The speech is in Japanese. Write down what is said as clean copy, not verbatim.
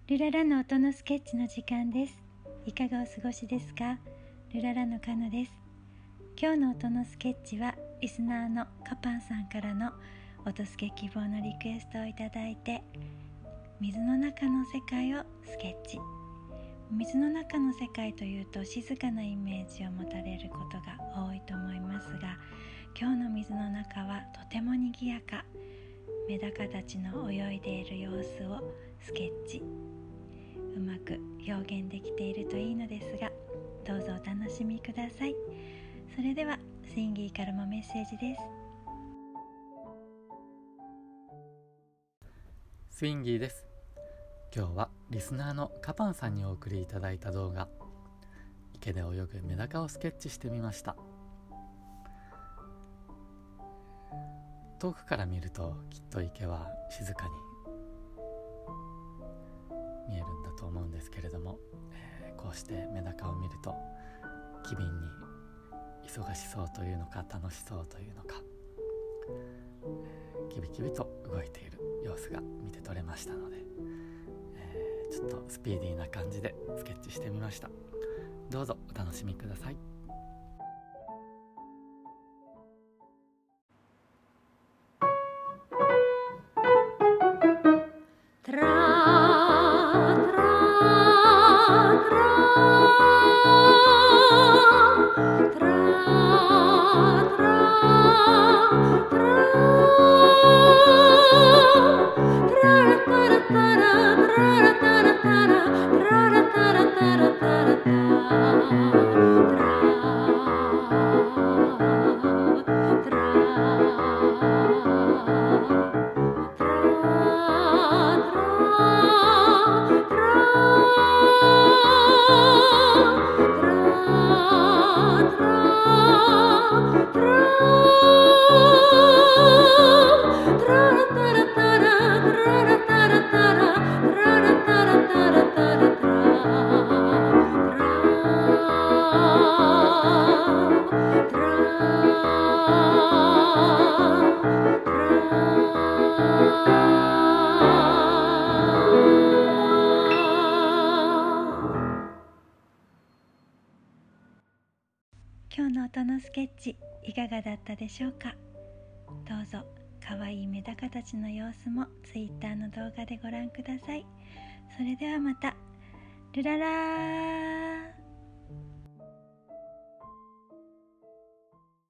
ルララの音のスケッチの時間です。いかがお過ごしですか？ルララのカノです。今日の音のスケッチはリスナーのカパンさんからの音スケ希望のリクエストをいただいて、水の中の世界をスケッチ。水の中の世界というと静かなイメージを持たれることが多いと思いますが、今日の水の中はとても賑やか。メダカたちの泳いでいる様子をスケッチ、うまく表現できているといいのですが、どうぞお楽しみください。それではスインギーからもメッセージです。 スインギーです。今日はリスナーのカパンさんにお送りいただいた動画、池で泳ぐメダカをスケッチしてみました。遠くから見るときっと池は静かに見えるんだと思うんですけれども、こうしてメダカを見ると機敏に忙しそうというのか楽しそうというのか、キビキビと動いている様子が見て取れましたので、ちょっとスピーディーな感じでスケッチしてみました。どうぞお楽しみください。 今日の音のスケッチいかがだったでしょうか？どうぞかわいいメダカたちの様子もツイッターの動画でご覧ください。それではまた。ルララー。